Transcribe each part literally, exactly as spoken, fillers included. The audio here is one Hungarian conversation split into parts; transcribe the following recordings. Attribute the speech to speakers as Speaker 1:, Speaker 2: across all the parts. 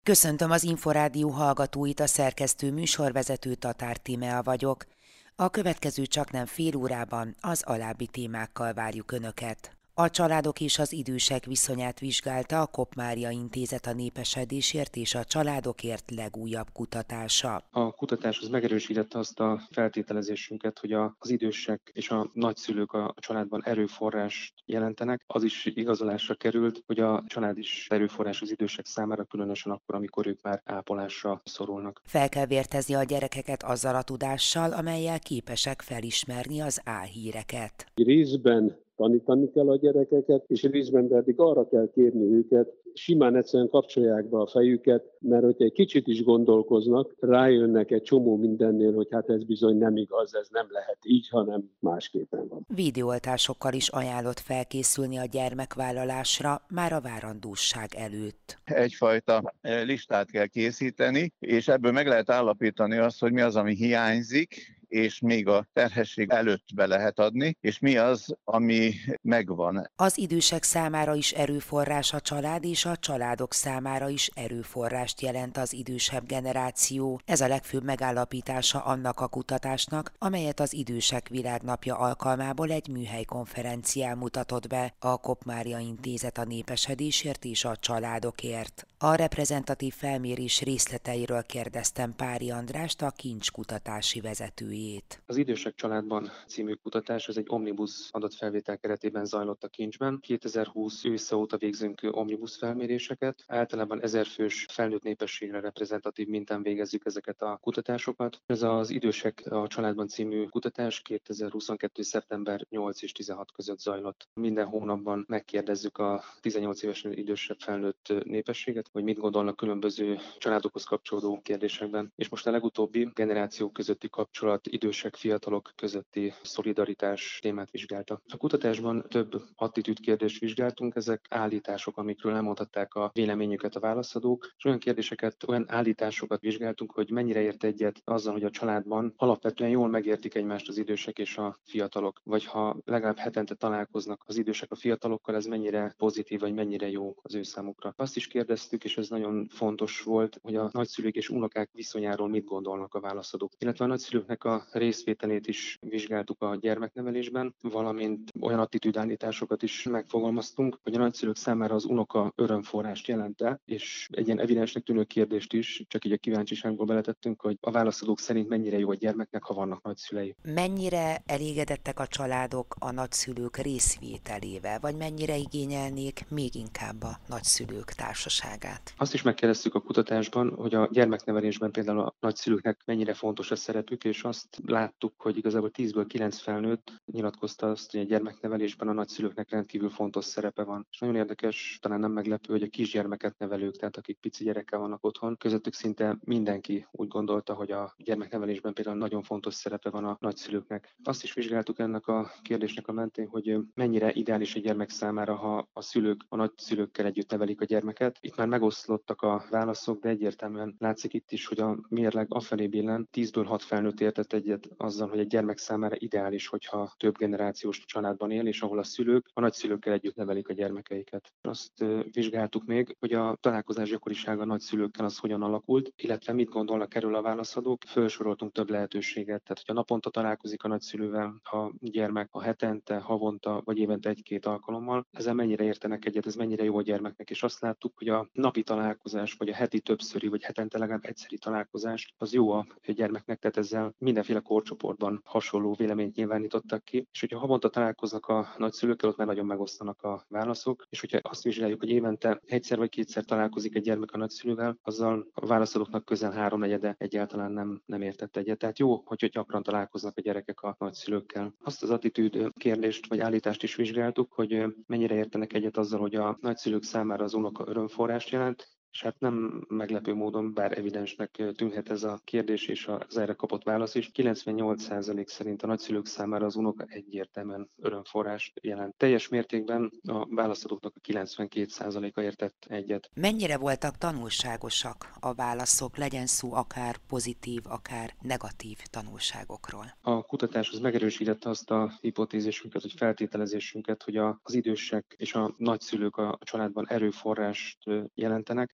Speaker 1: Köszöntöm az Inforádió hallgatóit, a szerkesztő műsorvezető Tatár Tímea vagyok. A következő csaknem fél órában az alábbi témákkal várjuk Önöket. A családok és az idősek viszonyát vizsgálta a Kopp-Mária Intézet a népesedésért és a családokért legújabb kutatása.
Speaker 2: A kutatás az megerősítette azt a feltételezésünket, hogy a, az idősek és a nagyszülők a családban erőforrást jelentenek. Az is igazolásra került, hogy a család is erőforrás az idősek számára, különösen akkor, amikor ők már ápolásra szorulnak.
Speaker 1: Fel kell vértezni a gyerekeket azzal a tudással, amellyel képesek felismerni az álhíreket.
Speaker 3: Részben tanítani kell a gyerekeket, és részben pedig arra kell kérni őket, simán egyszerűen kapcsolják be a fejüket, mert hogyha egy kicsit is gondolkoznak, rájönnek egy csomó mindennél, hogy hát ez bizony nem igaz, ez nem lehet így, hanem másképpen van.
Speaker 1: Videóoltásokkal is ajánlott felkészülni a gyermekvállalásra már a várandóság előtt.
Speaker 4: Egyfajta listát kell készíteni, és ebből meg lehet állapítani azt, hogy mi az, ami hiányzik, és még a terhesség előtt be lehet adni, és mi az, ami megvan.
Speaker 1: Az idősek számára is erőforrás a család, és a családok számára is erőforrást jelent az idősebb generáció. Ez a legfőbb megállapítása annak a kutatásnak, amelyet az Idősek Világnapja alkalmából egy műhelykonferencián mutatott be a Kopp-Mária Intézet a népesedésért és a családokért. A reprezentatív felmérés részleteiről kérdeztem Pári Andrást, a Kincs kutatási vezetőjét.
Speaker 2: Az Idősek Családban című kutatás, ez egy omnibus adatfelvétel keretében zajlott a Kincsben. kétezer-húsz ősze óta végzünk omnibus felméréseket. Általában ezer fős felnőtt népességre reprezentatív mintán végezzük ezeket a kutatásokat. Ez az Idősek a Családban című kutatás kétezer-huszonkettő. szeptember nyolc és tizenhat között zajlott. Minden hónapban megkérdezzük a tizennyolc évesnél idősebb felnőtt népességet, hogy mit gondolnak különböző családokhoz kapcsolódó kérdésekben. És most a legutóbbi generációk közötti kapcsolat, idősek, fiatalok közötti szolidaritás témát vizsgálta. A kutatásban több attitűd kérdést vizsgáltunk, ezek állítások, amikről elmondhatták a véleményüket a válaszadók, és olyan kérdéseket, olyan állításokat vizsgáltunk, hogy mennyire ért egyet azzal, hogy a családban alapvetően jól megértik egymást az idősek és a fiatalok, vagy ha legalább hetente találkoznak az idősek a fiatalokkal, ez mennyire pozitív, vagy mennyire jó az ő számukra. Azt is kérdeztük, és ez nagyon fontos volt, hogy a nagyszülők és unokák viszonyáról mit gondolnak a válaszadók, illetve a nagyszülőknek a részvételét is vizsgáltuk a gyermeknevelésben, valamint olyan attitűdállításokat is megfogalmaztunk, hogy a nagyszülők számára az unoka örömforrást jelente, és egy ilyen evidensnek tűnő kérdést is, csak így a kíváncsiságból beletettünk, hogy a válaszadók szerint mennyire jó a gyermeknek, ha vannak nagyszülei.
Speaker 1: Mennyire elégedettek a családok a nagyszülők részvételével, vagy mennyire igényelnék még inkább a nagyszülők társaságát?
Speaker 2: Azt is megkérdeztük a kutatásban, hogy a gyermeknevelésben például a nagyszülőknek mennyire fontos a szerepük, és azt láttuk, hogy igazából tízből kilenc felnőtt nyilatkozta azt, hogy a gyermeknevelésben a nagyszülőknek rendkívül fontos szerepe van. És nagyon érdekes, talán nem meglepő, hogy a kisgyermeket nevelők, tehát akik pici gyerekkel vannak otthon, közöttük szinte mindenki úgy gondolta, hogy a gyermeknevelésben például nagyon fontos szerepe van a nagyszülőknek. Azt is vizsgáltuk ennek a kérdésnek a mentén, hogy mennyire ideális egy gyermek számára, ha a szülők a nagyszülőkkel együtt nevelik a gyermeket. Itt már megoszlottak a válaszok, de egyértelműen látszik itt is, hogy a mérleg afelé billen, tízből hat felnőtt értett egyet azzal, hogy egy gyermek számára ideális, hogyha több generációs családban él, és ahol a szülők a nagyszülőkkel együtt nevelik a gyermekeiket. Azt vizsgáltuk még, hogy a találkozás gyakorisága a nagyszülőkkel az hogyan alakult, illetve mit gondolnak erről a válaszadók. Felsoroltunk több lehetőséget, tehát hogyha naponta találkozik a nagyszülővel a gyermek, a hetente, havonta vagy évente egy-két alkalommal, ezzel mennyire értenek egyet, ez mennyire jó a gyermeknek, és azt láttuk, hogy a napi találkozás, vagy a heti többszöri, vagy hetente legalább egyszeri találkozás, az jó a gyermeknek, tehát ezzel mindenféle korcsoportban hasonló véleményt nyilvánítottak ki, és hogyha havonta találkoznak a nagyszülőkkel, ott már nagyon megosztanak a válaszok, és hogyha azt vizsgáljuk, hogy évente egyszer vagy kétszer találkozik egy gyermek a nagyszülővel, azzal a válaszadóknak közel háromnegyede egyáltalán nem, nem értett egyet. Tehát jó, hogyha gyakran találkoznak a gyerekek a nagyszülőkkel. Azt az attitűd kérdést vagy állítást is vizsgáltuk, hogy mennyire értenek egyet azzal, hogy a nagyszülők számára az unoka örömforrást jelent, és hát nem meglepő módon, bár evidensnek tűnhet ez a kérdés és az erre kapott válasz is, kilencvennyolc százalék szerint a nagyszülők számára az unoka egyértelműen örömforrást jelent. Teljes mértékben a válaszadóknak a kilencvenkét százaléka értett egyet.
Speaker 1: Mennyire voltak tanulságosak a válaszok, legyen szó akár pozitív, akár negatív tanulságokról?
Speaker 2: A kutatás az megerősítette azt a hipotézisünket, vagy feltételezésünket, hogy az idősek és a nagyszülők a családban erőforrást jelentenek.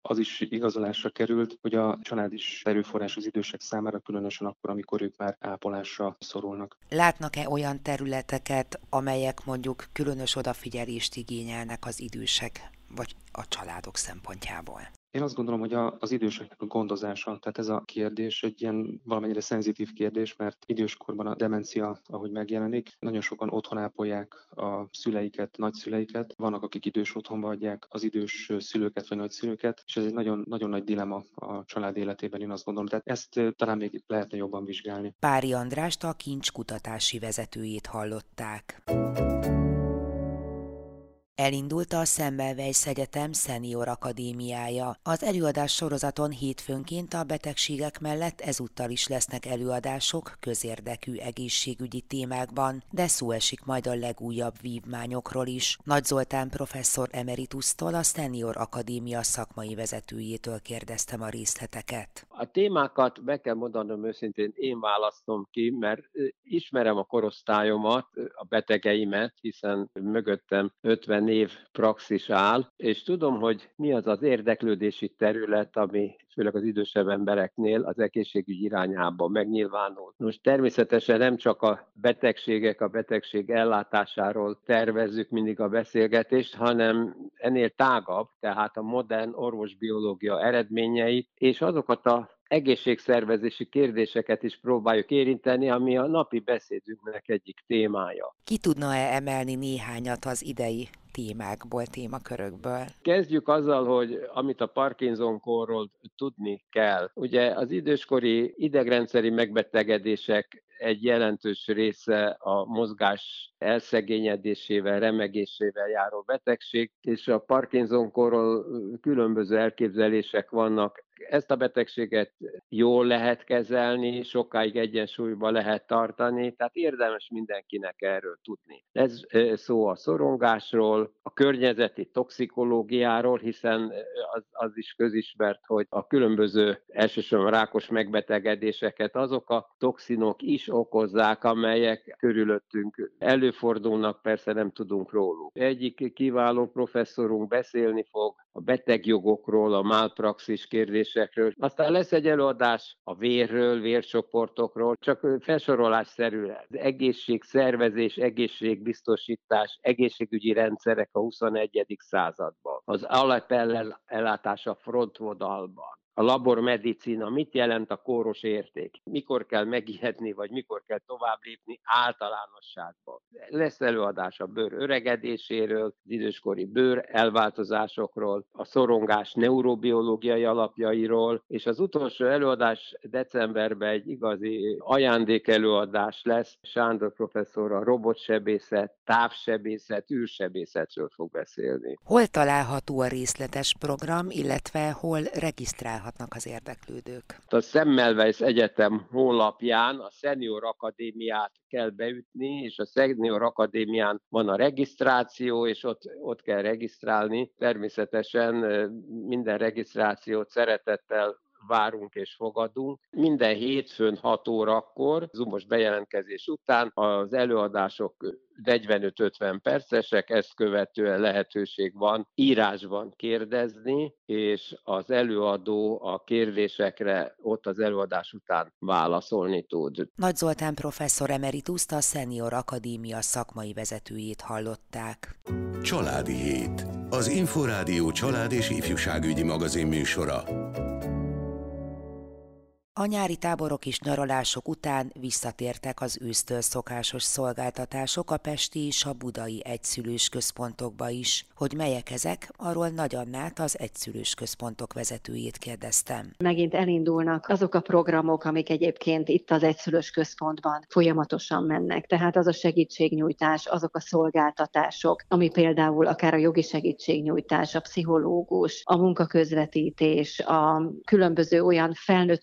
Speaker 2: az is igazolásra került, hogy a család is erőforrás az idősek számára, különösen akkor, amikor ők már ápolásra szorulnak.
Speaker 1: Látnak-e olyan területeket, amelyek mondjuk különös odafigyelést igényelnek az idősek vagy a családok szempontjából?
Speaker 2: Én azt gondolom, hogy a, az időseknek a gondozása, tehát ez a kérdés egy ilyen valamennyire szenzitív kérdés, mert időskorban a demencia, ahogy megjelenik, nagyon sokan otthon ápolják a szüleiket, nagyszüleiket, vannak, akik idős otthonba adják az idős szülőket vagy nagyszülőket, és ez egy nagyon, nagyon nagy dilema a család életében, én azt gondolom. Tehát ezt talán még lehetne jobban vizsgálni.
Speaker 1: Pári Andrást, a Kincs kutatási vezetőjét hallották. Elindult a Semmelweis Egyetem Senior Akadémiája. Az előadás sorozaton hétfőnként a betegségek mellett ezúttal is lesznek előadások közérdekű egészségügyi témákban, de szó esik majd a legújabb vívmányokról is. Nagy Zoltán professzor emeritusztól, a Senior Akadémia szakmai vezetőjétől kérdeztem a részleteket.
Speaker 5: A témákat be kell mondanom őszintén, én választom ki, mert ismerem a korosztályomat, a betegeimet, hiszen mögöttem ötven év praxis áll, és tudom, hogy mi az az érdeklődési terület, ami főleg az idősebb embereknél az egészségügy irányába megnyilvánul. Most természetesen nem csak a betegségek, a betegség ellátásáról tervezzük mindig a beszélgetést, hanem ennél tágabb, tehát a modern orvosbiológia eredményei, és azokat a egészségszervezési kérdéseket is próbáljuk érinteni, ami a napi beszédünknek egyik témája.
Speaker 1: Ki tudna-e emelni néhányat az idei témákból, témakörökből?
Speaker 5: Kezdjük azzal, hogy amit a Parkinson-korról tudni kell. Ugye az időskori idegrendszeri megbetegedések egy jelentős része a mozgás elszegényedésével, remegésével járó betegség, és a Parkinson-korról különböző elképzelések vannak. Ezt a betegséget jól lehet kezelni, sokáig egyensúlyba lehet tartani, tehát érdemes mindenkinek erről tudni. Ez szó a szorongásról, a környezeti toxikológiáról, hiszen az, az is közismert, hogy a különböző elsősorban rákos megbetegedéseket azok a toxinok is okozzák, amelyek körülöttünk előfordulnak, persze nem tudunk róluk. Egyik kiváló professzorunk beszélni fog a betegjogokról, a malpraxis kérdésekről. Aztán lesz egy előadás a vérről, vércsoportokról, csak felsorolásszerűen. Az egészségszervezés, egészségbiztosítás, egészségügyi rendszerek a huszonegyedik században. Az alapellátás a frontvonalban. A labormedicina, mit jelent a kóros érték? Mikor kell megijedni, vagy mikor kell tovább lépni általánosságban? Lesz előadás a bőr öregedéséről, az időskori bőr elváltozásokról, a szorongás neurobiológiai alapjairól, és az utolsó előadás decemberben egy igazi ajándékelőadás lesz. Sándor professzor a robotsebészet, távsebészet, űrsebészetről fog beszélni.
Speaker 1: Hol található a részletes program, illetve hol regisztrálható az érdeklődők?
Speaker 5: A Semmelweis Egyetem honlapján a Senior Akadémiát kell beütni, és a Senior Akadémián van a regisztráció, és ott, ott kell regisztrálni. Természetesen minden regisztrációt szeretettel várunk és fogadunk. Minden hétfőn hat órakor, zoomos bejelentkezés után az előadások negyvenöt-ötven percesek, ezt követően lehetőség van írásban kérdezni, és az előadó a kérdésekre ott az előadás után válaszolni tud.
Speaker 1: Nagy Zoltán professzor emerituszt, a Senior Akadémia szakmai vezetőjét hallották.
Speaker 6: Családi hét. Az Inforádió család és ifjúságügyi magazin műsora.
Speaker 1: A nyári táborok és nyaralások után visszatértek az ősztől szokásos szolgáltatások a pesti és a budai egyszülős központokba is. Hogy melyek ezek, arról Nagy Annát, az egyszülős központok vezetőjét kérdeztem.
Speaker 7: Megint elindulnak azok a programok, amik egyébként itt az egyszülős központban folyamatosan mennek. Tehát az a segítségnyújtás, azok a szolgáltatások, ami például akár a jogi segítségnyújtás, a pszichológus, a munkaközvetítés, a különböző olyan felnőtteknek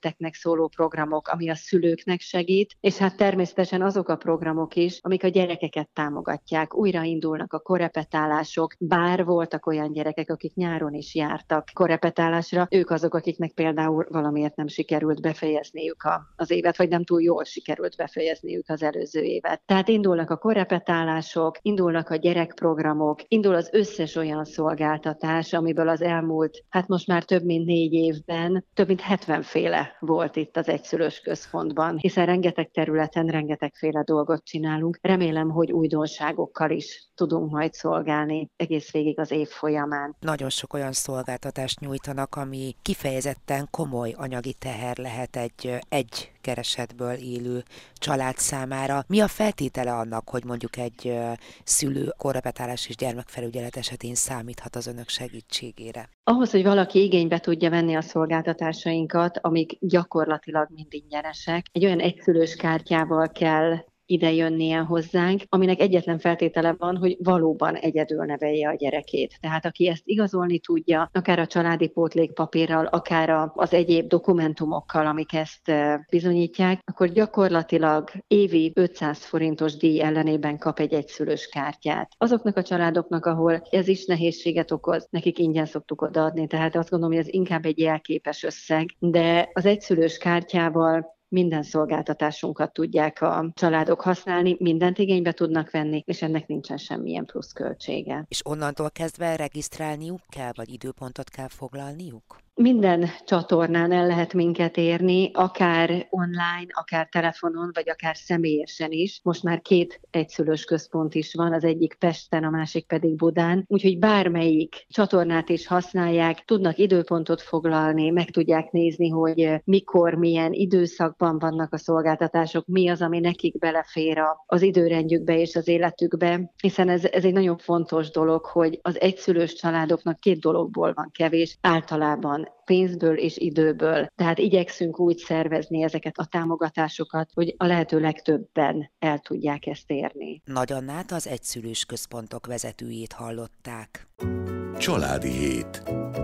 Speaker 7: szóló programok, ami a szülőknek segít, és hát természetesen azok a programok is, amik a gyerekeket támogatják. Újraindulnak a korepetálások, bár voltak olyan gyerekek, akik nyáron is jártak korepetálásra, ők azok, akiknek például valamiért nem sikerült befejezniük a, az évet, vagy nem túl jól sikerült befejezniük az előző évet. Tehát indulnak a korepetálások, indulnak a gyerekprogramok, indul az összes olyan szolgáltatás, amiből az elmúlt, hát most már több mint négy évben, több mint hetven féle volt itt az egyszülős központban, hiszen rengeteg területen rengetegféle dolgot csinálunk. Remélem, hogy újdonságokkal is tudunk majd szolgálni egész végig az év folyamán.
Speaker 1: Nagyon sok olyan szolgáltatást nyújtanak, ami kifejezetten komoly anyagi teher lehet egy egy keresetből élő család számára. Mi a feltétele annak, hogy mondjuk egy szülő korrepetálás és gyermekfelügyelet esetén számíthat az önök segítségére?
Speaker 7: Ahhoz, hogy valaki igénybe tudja venni a szolgáltatásainkat, amik gyakorlatilag mind ingyenesek, egy olyan egyszülős kártyával kell ide jönnie hozzánk, aminek egyetlen feltétele van, hogy valóban egyedül nevelje a gyerekét. Tehát aki ezt igazolni tudja, akár a családi pótlékpapírral, akár az egyéb dokumentumokkal, amik ezt bizonyítják, akkor gyakorlatilag évi ötszáz forintos díj ellenében kap egy egyszülős kártyát. Azoknak a családoknak, ahol ez is nehézséget okoz, nekik ingyen szoktuk odaadni, tehát azt gondolom, hogy ez inkább egy jelképes összeg, de az egyszülős kártyával minden szolgáltatásunkat tudják a családok használni, mindent igénybe tudnak venni, és ennek nincsen semmilyen plusz költsége.
Speaker 1: És onnantól kezdve regisztrálniuk kell, vagy időpontot kell foglalniuk?
Speaker 7: Minden csatornán el lehet minket érni, akár online, akár telefonon, vagy akár személyesen is. Most már két egyszülős központ is van, az egyik Pesten, a másik pedig Budán. Úgyhogy bármelyik csatornát is használják, tudnak időpontot foglalni, meg tudják nézni, hogy mikor, milyen időszakban vannak a szolgáltatások, mi az, ami nekik belefér az időrendjükbe és az életükbe. Hiszen ez, ez egy nagyon fontos dolog, hogy az egyszülős családoknak két dologból van kevés, általában pénzből és időből. Tehát igyekszünk úgy szervezni ezeket a támogatásokat, hogy a lehető legtöbben el tudják ezt érni.
Speaker 1: Nagy Annát, az egyszülős központok vezetőjét hallották.
Speaker 6: Családi hét.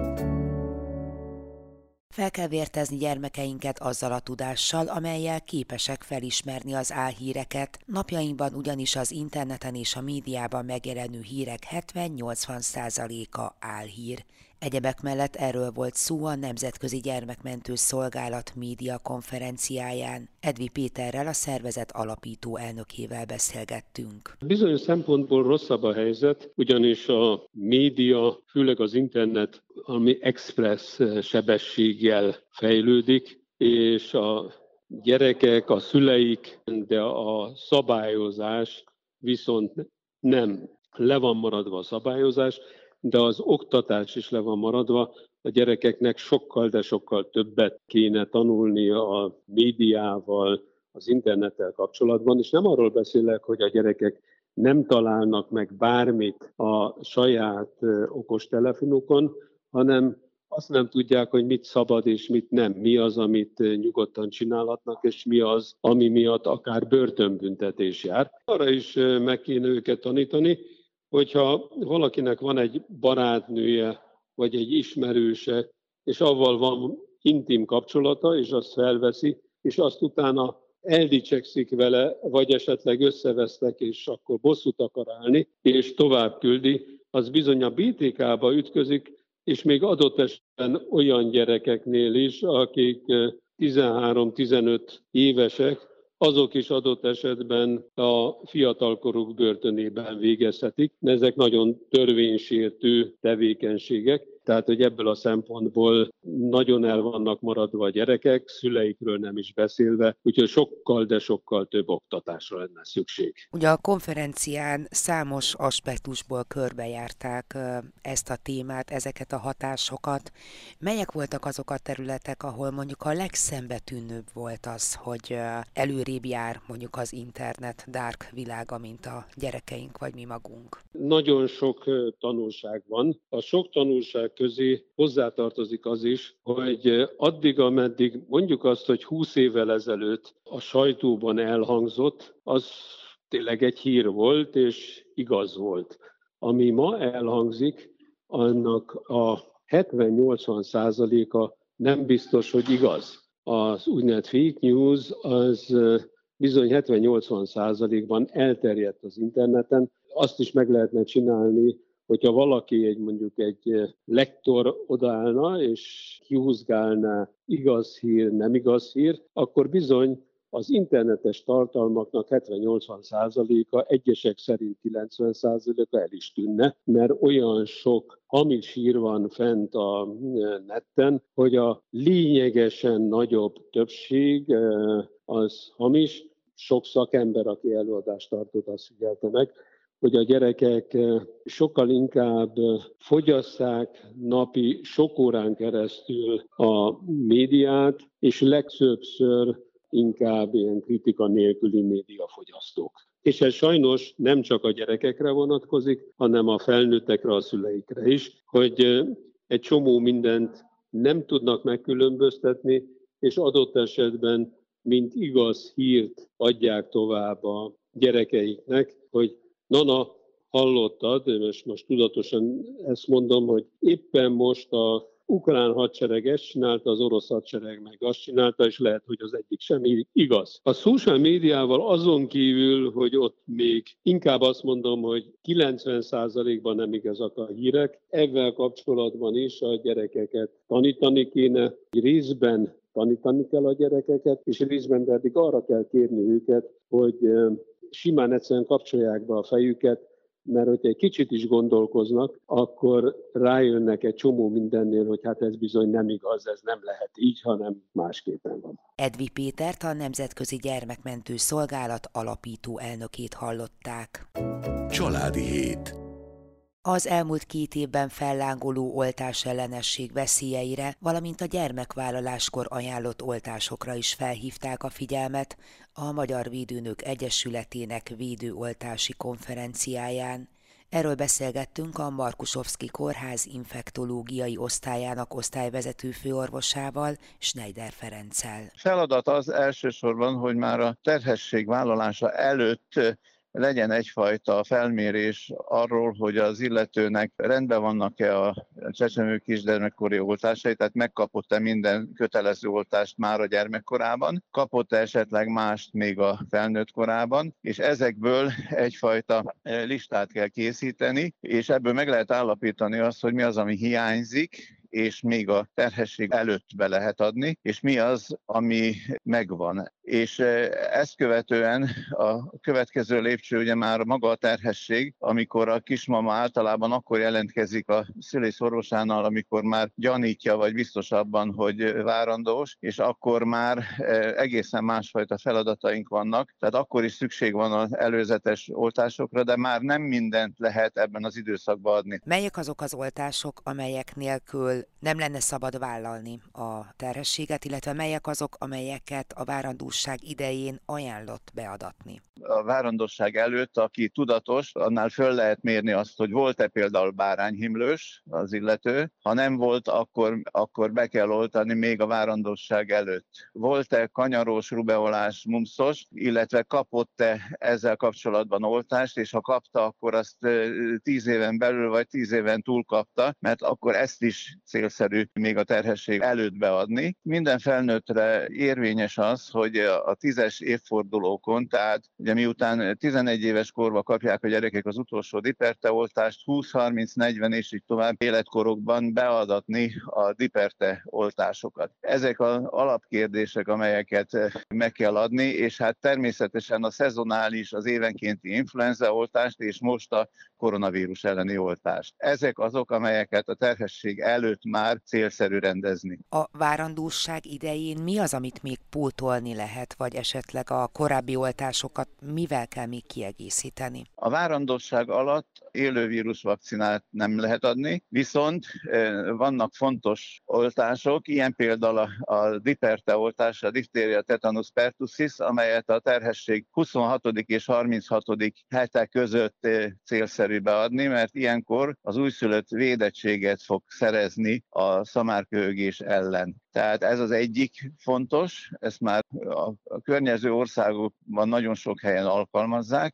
Speaker 1: Fel kell vértezni gyermekeinket azzal a tudással, amellyel képesek felismerni az álhíreket. Napjainkban ugyanis az interneten és a médiában megjelenő hírek hetven-nyolcvan százaléka álhír. Egyebek mellett erről volt szó a Nemzetközi Gyermekmentő Szolgálat média konferenciáján. Edvi Péterrel, a szervezet alapító elnökével beszélgettünk.
Speaker 3: Bizonyos szempontból rosszabb a helyzet, ugyanis a média, főleg az internet, ami express sebességgel fejlődik, és a gyerekek, a szüleik, de a szabályozás viszont nem. Le van maradva a szabályozás, de az oktatás is le van maradva. A gyerekeknek sokkal, de sokkal többet kéne tanulni a médiával, az internettel kapcsolatban, és nem arról beszélek, hogy a gyerekek nem találnak meg bármit a saját okostelefonukon, hanem azt nem tudják, hogy mit szabad és mit nem. Mi az, amit nyugodtan csinálhatnak, és mi az, ami miatt akár börtönbüntetés jár. Arra is meg kéne őket tanítani, hogyha valakinek van egy barátnője, vagy egy ismerőse, és avval van intim kapcsolata, és azt felveszi, és azt utána eldicsekszik vele, vagy esetleg összevesztek, és akkor bosszút akar állni, és tovább küldi, az bizony a bé té ká-ba ütközik, és még adott esetben olyan gyerekeknél is, akik tizenhárom-tizenöt évesek, azok is adott esetben a fiatalkoruk börtönében végezhetik. Ezek nagyon törvénysértő tevékenységek, tehát hogy ebből a szempontból nagyon el vannak maradva a gyerekek, szüleikről nem is beszélve, úgyhogy sokkal, de sokkal több oktatásra lenne szükség.
Speaker 1: Ugye a konferencián számos aspektusból körbejárták ezt a témát, ezeket a hatásokat. Melyek voltak azok a területek, ahol mondjuk a legszembetűnőbb volt az, hogy előrébb jár mondjuk az internet dark világa, mint a gyerekeink vagy mi magunk?
Speaker 3: Nagyon sok tanulság van. A sok tanulság közé hozzátartozik az is, hogy addig, ameddig mondjuk azt, hogy húsz évvel ezelőtt a sajtóban elhangzott, az tényleg egy hír volt, és igaz volt. Ami ma elhangzik, annak a hetven-nyolcvan százaléka nem biztos, hogy igaz. az úgynevezett fake news az bizony hetven-nyolcvan százalékban elterjedt az interneten. Azt is meg lehetne csinálni, hogyha valaki egy mondjuk egy lektor odaállna és kihúzgálná igaz hír, nem igaz hír, akkor bizony az internetes tartalmaknak hetven-nyolcvan százaléka, egyesek szerint kilencven százaléka el is tűnne, mert olyan sok hamis hír van fent a netten, hogy a lényegesen nagyobb többség az hamis. Sok szakember, aki előadást tartott, azt figyelte meg, hogy a gyerekek sokkal inkább fogyasszák napi sok órán keresztül a médiát, és legtöbbször inkább ilyen kritika nélküli médiafogyasztók. És ez sajnos nem csak a gyerekekre vonatkozik, hanem a felnőttekre, a szüleikre is, hogy egy csomó mindent nem tudnak megkülönböztetni, és adott esetben mint igaz hírt adják tovább a gyerekeiknek, hogy na-na, hallottad, és most tudatosan ezt mondom, hogy éppen most a ukrán hadsereg ezt csinálta, az orosz hadsereg meg azt csinálta, és lehet, hogy az egyik sem igaz. A social médiával azon kívül, hogy ott még inkább azt mondom, hogy kilencven százalékban nem igazak a hírek, ezzel kapcsolatban is a gyerekeket tanítani kéne, részben tanítani kell a gyerekeket, és részben pedig arra kell kérni őket, hogy simán egyszerűen kapcsolják be a fejüket, mert hogyha egy kicsit is gondolkoznak, akkor rájönnek egy csomó mindennél, hogy hát ez bizony nem igaz, ez nem lehet így, hanem másképpen van.
Speaker 1: Edvi Pétert, a Nemzetközi Gyermekmentő Szolgálat alapító elnökét hallották.
Speaker 6: Családi hét.
Speaker 1: Az elmúlt két évben fellángoló oltásellenesség veszélyeire, valamint a gyermekvállaláskor ajánlott oltásokra is felhívták a figyelmet a Magyar Védőnök Egyesületének védőoltási konferenciáján. Erről beszélgettünk a Markusovszki Kórház infektológiai osztályának osztályvezető főorvosával, Schneider Ferenccel.
Speaker 4: Feladat az elsősorban, hogy már a terhesség vállalása előtt legyen egyfajta felmérés arról, hogy az illetőnek rendben vannak-e a csecsemő kisgyermekkori oltásai, tehát megkapott-e minden kötelező oltást már a gyermekkorában, kapott-e esetleg mást még a felnőtt korában, és ezekből egyfajta listát kell készíteni, és ebből meg lehet állapítani azt, hogy mi az, ami hiányzik, és még a terhesség előtt be lehet adni, és mi az, ami megvan. És ezt követően a következő lépcső ugye már maga a terhesség, amikor a kismama általában akkor jelentkezik a szülész orvosánál, amikor már gyanítja, vagy biztos abban, hogy várandós, és akkor már egészen másfajta feladataink vannak, tehát akkor is szükség van az előzetes oltásokra, de már nem mindent lehet ebben az időszakban adni.
Speaker 1: Melyek azok az oltások, amelyek nélkül nem lenne szabad vállalni a terhességet, illetve melyek azok, amelyeket a várandóság idején ajánlott beadatni?
Speaker 4: A várandosság előtt, aki tudatos, annál föl lehet mérni azt, hogy volt-e például bárányhimlős az illető. Ha nem volt, akkor, akkor be kell oltani még a várandosság előtt. Volt-e kanyarós, rubeolás, mumszos, illetve kapott-e ezzel kapcsolatban oltást, és ha kapta, akkor azt tíz éven belül vagy tíz éven túl kapta, mert akkor ezt is célszerű még a terhesség előtt beadni. Minden felnőttre érvényes az, hogy a tízes évfordulókon, tehát ugye miután tizenegy éves korba kapják a gyerekek az utolsó diperte oltást, húsz, harminc, negyven és így tovább életkorokban beadatni a diperte oltásokat. Ezek az alapkérdések, amelyeket meg kell adni, és hát természetesen a szezonális, az évenkénti influenza oltást, és most a koronavírus elleni oltást. Ezek azok, amelyeket a terhesség előtt már célszerű rendezni.
Speaker 1: A várandóság idején mi az, amit még pótolni lehet, vagy esetleg a korábbi oltásokat mivel kell még kiegészíteni?
Speaker 4: A várandóság alatt élővírus vakcinát nem lehet adni, viszont vannak fontos oltások, ilyen például a, a diperte oltás, a diphtéria tetanus pertussis, amelyet a terhesség huszonhatodik és harminchatodik hete között célszerű beadni, mert ilyenkor az újszülött védettséget fog szerezni a szamárköhögés ellen. Tehát ez az egyik fontos, ezt már a, a környező országokban nagyon sok helyen alkalmazzák,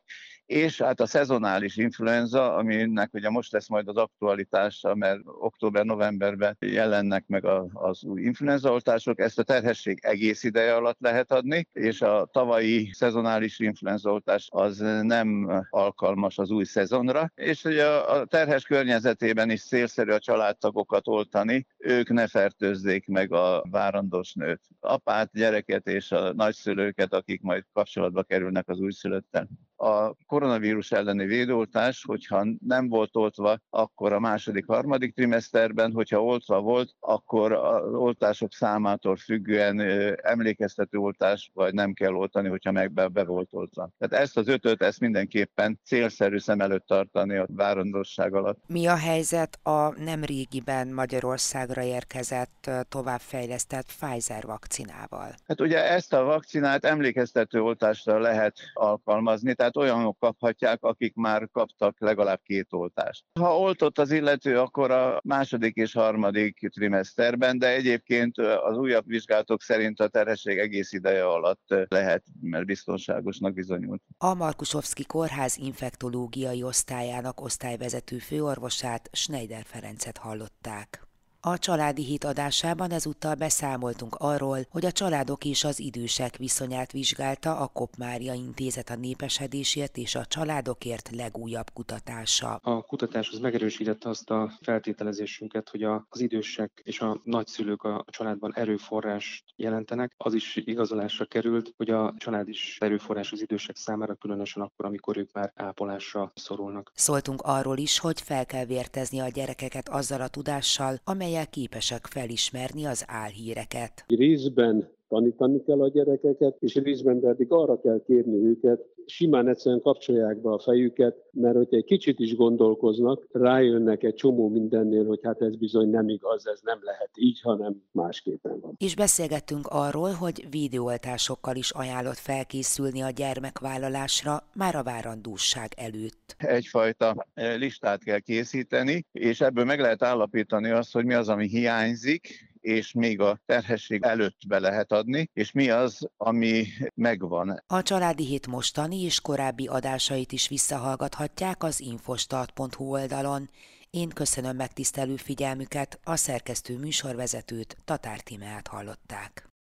Speaker 4: és hát a szezonális influenza, aminek ugye most lesz majd az aktualitása, mert október-novemberben jelennek meg az új influenzaoltások, ezt a terhesség egész ideje alatt lehet adni, és a tavalyi szezonális influenzaoltás az nem alkalmas az új szezonra, és ugye a terhes környezetében is célszerű a családtagokat oltani, ők ne fertőzzék meg a várandós nőt, apát, gyereket és a nagyszülőket, akik majd kapcsolatba kerülnek az újszülöttel. A koronavírus elleni védőoltás, hogyha nem volt oltva, akkor a második, harmadik trimeszterben, hogyha oltva volt, akkor az oltások számától függően emlékeztető oltás, vagy nem kell oltani, hogyha meg be, be volt oltva. Tehát ezt az ötöt, ezt mindenképpen célszerű szem előtt tartani a várandosság alatt.
Speaker 1: Mi a helyzet a nemrégiben Magyarországra érkezett, továbbfejlesztett Pfizer vakcinával?
Speaker 4: Hát ugye ezt a vakcinát emlékeztető oltásra lehet alkalmazni, tehát olyanok kaphatják, akik már kaptak legalább két oltást. Ha oltott az illető, akkor a második és harmadik trimeszterben, de egyébként az újabb vizsgálatok szerint a terhesség egész ideje alatt lehet, mert biztonságosnak bizonyult.
Speaker 1: A Markusovszki Kórház infektológiai osztályának osztályvezető főorvosát, Schneider Ferencet hallották. A Családi Hét adásában ezúttal beszámoltunk arról, hogy a családok és az idősek viszonyát vizsgálta a Kopp Mária Intézet a népesedésért és a családokért legújabb kutatása.
Speaker 2: A kutatás az megerősítette azt a feltételezésünket, hogy az idősek és a nagyszülők a családban erőforrást jelentenek. Az is igazolásra került, hogy a család is erőforrás az idősek számára, különösen akkor, amikor ők már ápolásra szorulnak.
Speaker 1: Szóltunk arról is, hogy fel kell vértezni a gyerekeket azzal a tudással, amelyel képesek felismerni az álhíreket.
Speaker 3: Részben tanítani kell a gyerekeket, és részben pedig arra kell kérni őket, simán egyszerűen kapcsolják be a fejüket, mert hogyha egy kicsit is gondolkoznak, rájönnek egy csomó mindennél, hogy hát ez bizony nem igaz, ez nem lehet így, hanem másképpen van.
Speaker 1: És beszélgettünk arról, hogy védőoltásokkal is ajánlott felkészülni a gyermekvállalásra már a várandóság előtt.
Speaker 4: Egyfajta listát kell készíteni, és ebből meg lehet állapítani azt, hogy mi az, ami hiányzik, és még a terhesség előtt be lehet adni, és mi az, ami megvan.
Speaker 1: A Családi Hét mostani és korábbi adásait is visszahallgathatják az infostart pont hu oldalon. Én köszönöm megtisztelő figyelmüket, a szerkesztő műsorvezetőt, Tatár Tímeát hallották.